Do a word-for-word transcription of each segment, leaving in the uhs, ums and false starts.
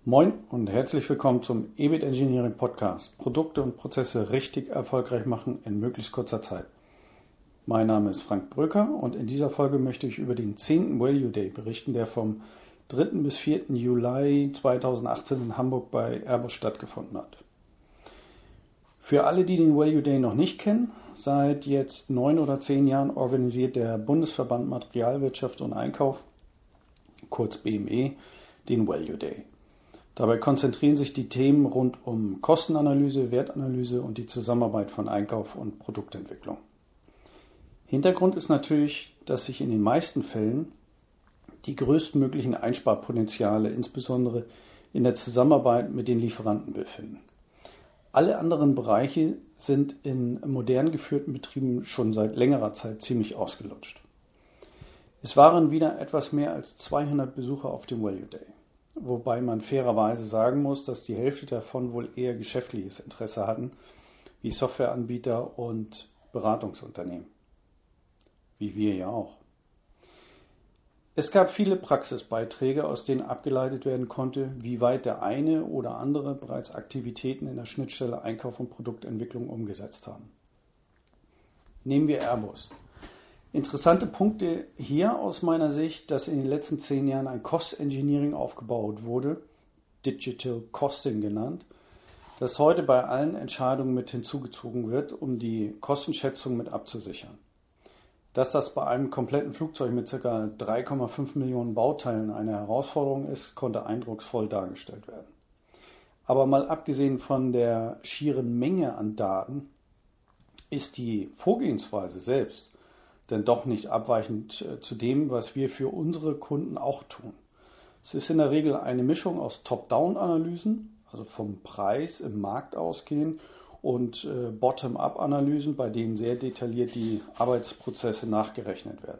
Moin und herzlich willkommen zum E B I T Engineering Podcast. Produkte und Prozesse richtig erfolgreich machen in möglichst kurzer Zeit. Mein Name ist Frank Bröker und in dieser Folge möchte ich über den zehnten Value Day berichten, der vom dritten bis vierten Juli zweitausendachtzehn in Hamburg bei Airbus stattgefunden hat. Für alle, die den Value Day noch nicht kennen, seit jetzt neun oder zehn Jahren organisiert der Bundesverband Materialwirtschaft und Einkauf, kurz B M E, den Value Day. Dabei konzentrieren sich die Themen rund um Kostenanalyse, Wertanalyse und die Zusammenarbeit von Einkauf und Produktentwicklung. Hintergrund ist natürlich, dass sich in den meisten Fällen die größtmöglichen Einsparpotenziale insbesondere in der Zusammenarbeit mit den Lieferanten befinden. Alle anderen Bereiche sind in modern geführten Betrieben schon seit längerer Zeit ziemlich ausgelutscht. Es waren wieder etwas mehr als zweihundert Besucher auf dem Value Day. Wobei man fairerweise sagen muss, dass die Hälfte davon wohl eher geschäftliches Interesse hatten, wie Softwareanbieter und Beratungsunternehmen. Wie wir ja auch. Es gab viele Praxisbeiträge, aus denen abgeleitet werden konnte, wie weit der eine oder andere bereits Aktivitäten in der Schnittstelle Einkauf und Produktentwicklung umgesetzt haben. Nehmen wir Airbus. Interessante Punkte hier aus meiner Sicht, dass in den letzten zehn Jahren ein Cost Engineering aufgebaut wurde, Digital Costing genannt, das heute bei allen Entscheidungen mit hinzugezogen wird, um die Kostenschätzung mit abzusichern. Dass das bei einem kompletten Flugzeug mit ca. drei Komma fünf Millionen Bauteilen eine Herausforderung ist, konnte eindrucksvoll dargestellt werden. Aber mal abgesehen von der schieren Menge an Daten, ist die Vorgehensweise selbst denn doch nicht abweichend zu dem, was wir für unsere Kunden auch tun. Es ist in der Regel eine Mischung aus Top-Down-Analysen, also vom Preis im Markt ausgehen, und äh, Bottom-Up-Analysen, bei denen sehr detailliert die Arbeitsprozesse nachgerechnet werden.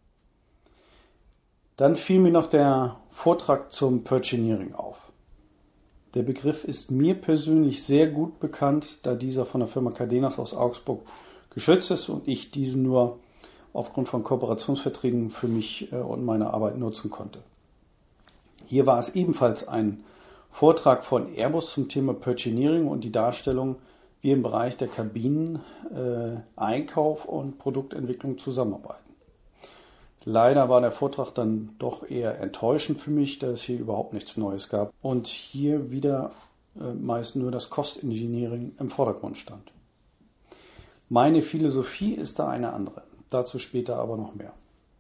Dann fiel mir noch der Vortrag zum Purchasing auf. Der Begriff ist mir persönlich sehr gut bekannt, da dieser von der Firma Cadenas aus Augsburg geschützt ist und ich diesen nur aufgrund von Kooperationsverträgen für mich und meine Arbeit nutzen konnte. Hier war es ebenfalls ein Vortrag von Airbus zum Thema Purchasing und die Darstellung, wie im Bereich der Kabinen, äh, Einkauf und Produktentwicklung zusammenarbeiten. Leider war der Vortrag dann doch eher enttäuschend für mich, da es hier überhaupt nichts Neues gab und hier wieder äh, meist nur das Cost Engineering im Vordergrund stand. Meine Philosophie ist da eine andere. Dazu später aber noch mehr.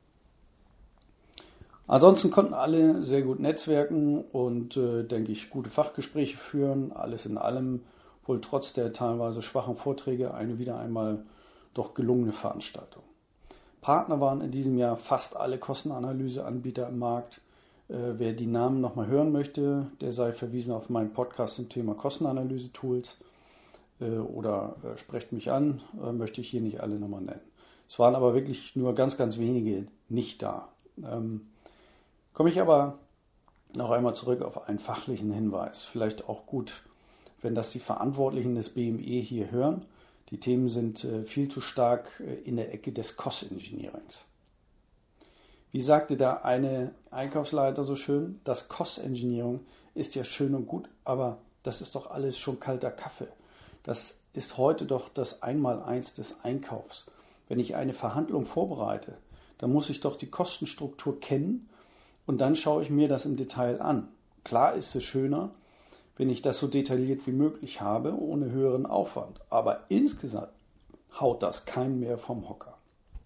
Ansonsten konnten alle sehr gut netzwerken und, äh, denke ich, gute Fachgespräche führen. Alles in allem wohl trotz der teilweise schwachen Vorträge eine wieder einmal doch gelungene Veranstaltung. Partner waren in diesem Jahr fast alle Kostenanalyseanbieter im Markt. Äh, wer die Namen nochmal hören möchte, der sei verwiesen auf meinen Podcast zum Thema Kostenanalyse-Tools äh, oder äh, sprecht mich an, äh, möchte ich hier nicht alle nochmal nennen. Es waren aber wirklich nur ganz, ganz wenige nicht da. Ähm, komme ich aber noch einmal zurück auf einen fachlichen Hinweis. Vielleicht auch gut, wenn das die Verantwortlichen des B M E hier hören. Die Themen sind äh, viel zu stark äh, in der Ecke des Cost Engineerings. Wie sagte da eine Einkaufsleiter so schön, das Cost Engineering ist ja schön und gut, aber das ist doch alles schon kalter Kaffee. Das ist heute doch das Einmaleins des Einkaufs. Wenn ich eine Verhandlung vorbereite, dann muss ich doch die Kostenstruktur kennen und dann schaue ich mir das im Detail an. Klar ist es schöner, wenn ich das so detailliert wie möglich habe, ohne höheren Aufwand. Aber insgesamt haut das keinen mehr vom Hocker.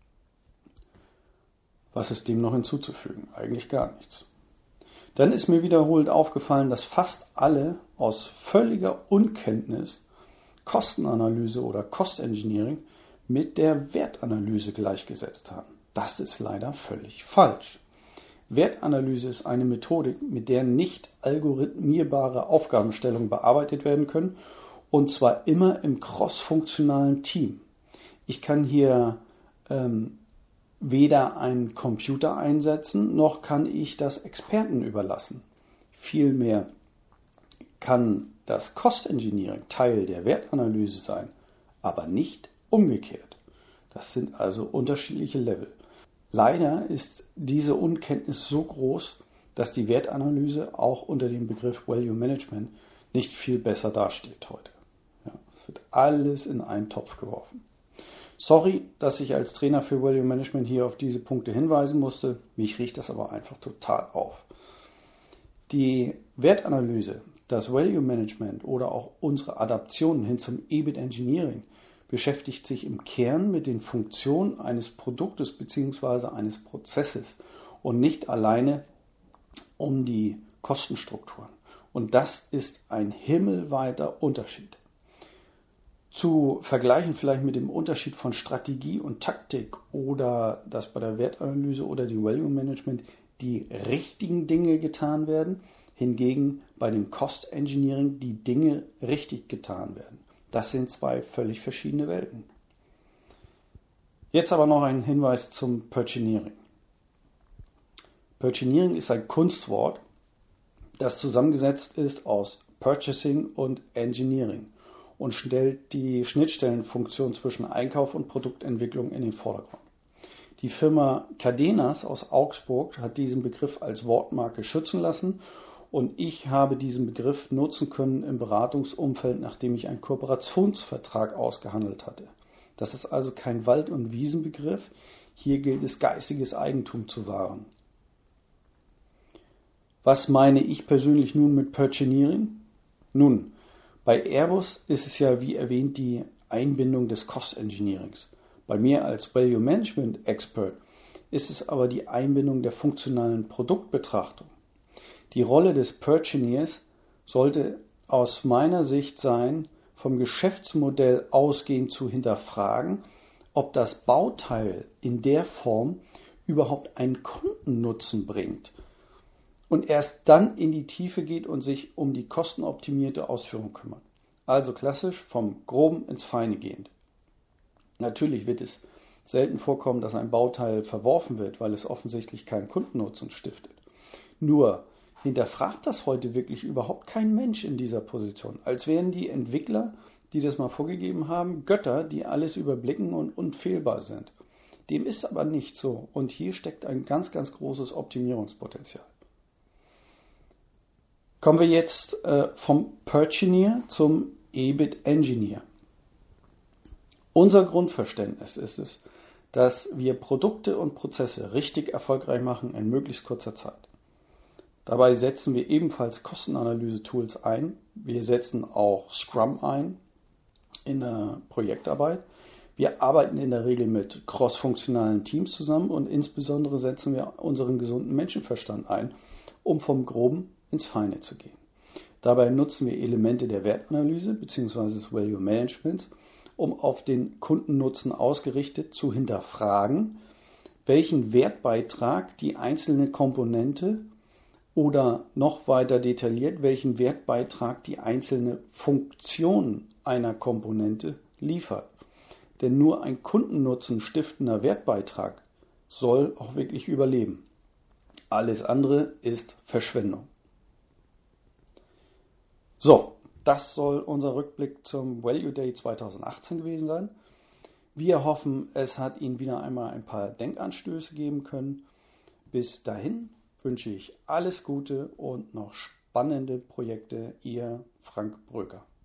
Was ist dem noch hinzuzufügen? Eigentlich gar nichts. Dann ist mir wiederholt aufgefallen, dass fast alle aus völliger Unkenntnis Kostenanalyse oder Cost Engineering mit der Wertanalyse gleichgesetzt haben. Das ist leider völlig falsch. Wertanalyse ist eine Methodik, mit der nicht algorithmierbare Aufgabenstellungen bearbeitet werden können, und zwar immer im crossfunktionalen Team. Ich kann hier ähm, weder einen Computer einsetzen, noch kann ich das Experten überlassen. Vielmehr kann das Cost Engineering Teil der Wertanalyse sein, aber nicht umgekehrt. Das sind also unterschiedliche Level. Leider ist diese Unkenntnis so groß, dass die Wertanalyse auch unter dem Begriff Value Management nicht viel besser dasteht heute. Ja, es wird alles in einen Topf geworfen. Sorry, dass ich als Trainer für Value Management hier auf diese Punkte hinweisen musste. Mich riecht das aber einfach total auf. Die Wertanalyse, das Value Management oder auch unsere Adaptionen hin zum E B I T Engineering beschäftigt sich im Kern mit den Funktionen eines Produktes bzw. eines Prozesses und nicht alleine um die Kostenstrukturen. Und das ist ein himmelweiter Unterschied. Zu vergleichen vielleicht mit dem Unterschied von Strategie und Taktik oder dass bei der Wertanalyse oder dem Value Management die richtigen Dinge getan werden, hingegen bei dem Cost Engineering die Dinge richtig getan werden. Das sind zwei völlig verschiedene Welten. Jetzt aber noch ein Hinweis zum Purchasing. Purchasing ist ein Kunstwort, das zusammengesetzt ist aus Purchasing und Engineering und stellt die Schnittstellenfunktion zwischen Einkauf und Produktentwicklung in den Vordergrund. Die Firma Cadenas aus Augsburg hat diesen Begriff als Wortmarke schützen lassen und ich habe diesen Begriff nutzen können im Beratungsumfeld, nachdem ich einen Kooperationsvertrag ausgehandelt hatte. Das ist also kein Wald- und Wiesenbegriff, hier gilt es, geistiges Eigentum zu wahren. Was meine ich persönlich nun mit Purchasing? Nun, bei Airbus ist es ja wie erwähnt die Einbindung des Cost Engineerings. Bei mir als Value Management Expert ist es aber die Einbindung der funktionalen Produktbetrachtung. Die Rolle des Purchasers sollte aus meiner Sicht sein, vom Geschäftsmodell ausgehend zu hinterfragen, ob das Bauteil in der Form überhaupt einen Kundennutzen bringt und erst dann in die Tiefe geht und sich um die kostenoptimierte Ausführung kümmert. Also klassisch vom Groben ins Feine gehend. Natürlich wird es selten vorkommen, dass ein Bauteil verworfen wird, weil es offensichtlich keinen Kundennutzen stiftet. Nur hinterfragt das heute wirklich überhaupt kein Mensch in dieser Position, als wären die Entwickler, die das mal vorgegeben haben, Götter, die alles überblicken und unfehlbar sind. Dem ist aber nicht so und hier steckt ein ganz, ganz großes Optimierungspotenzial. Kommen wir jetzt äh, vom Purchasing zum E B I T Engineer. Unser Grundverständnis ist es, dass wir Produkte und Prozesse richtig erfolgreich machen in möglichst kurzer Zeit. Dabei setzen wir ebenfalls Kostenanalyse-Tools ein. Wir setzen auch Scrum ein in der Projektarbeit. Wir arbeiten in der Regel mit cross-funktionalen Teams zusammen und insbesondere setzen wir unseren gesunden Menschenverstand ein, um vom Groben ins Feine zu gehen. Dabei nutzen wir Elemente der Wertanalyse bzw. des Value Managements, um auf den Kundennutzen ausgerichtet zu hinterfragen, welchen Wertbeitrag die einzelne Komponente oder noch weiter detailliert, welchen Wertbeitrag die einzelne Funktion einer Komponente liefert. Denn nur ein Kundennutzen stiftender Wertbeitrag soll auch wirklich überleben. Alles andere ist Verschwendung. So, das soll unser Rückblick zum Value Day zweitausendachtzehn gewesen sein. Wir hoffen, es hat Ihnen wieder einmal ein paar Denkanstöße geben können. Bis dahin wünsche ich alles Gute und noch spannende Projekte. Ihr Frank Bröker.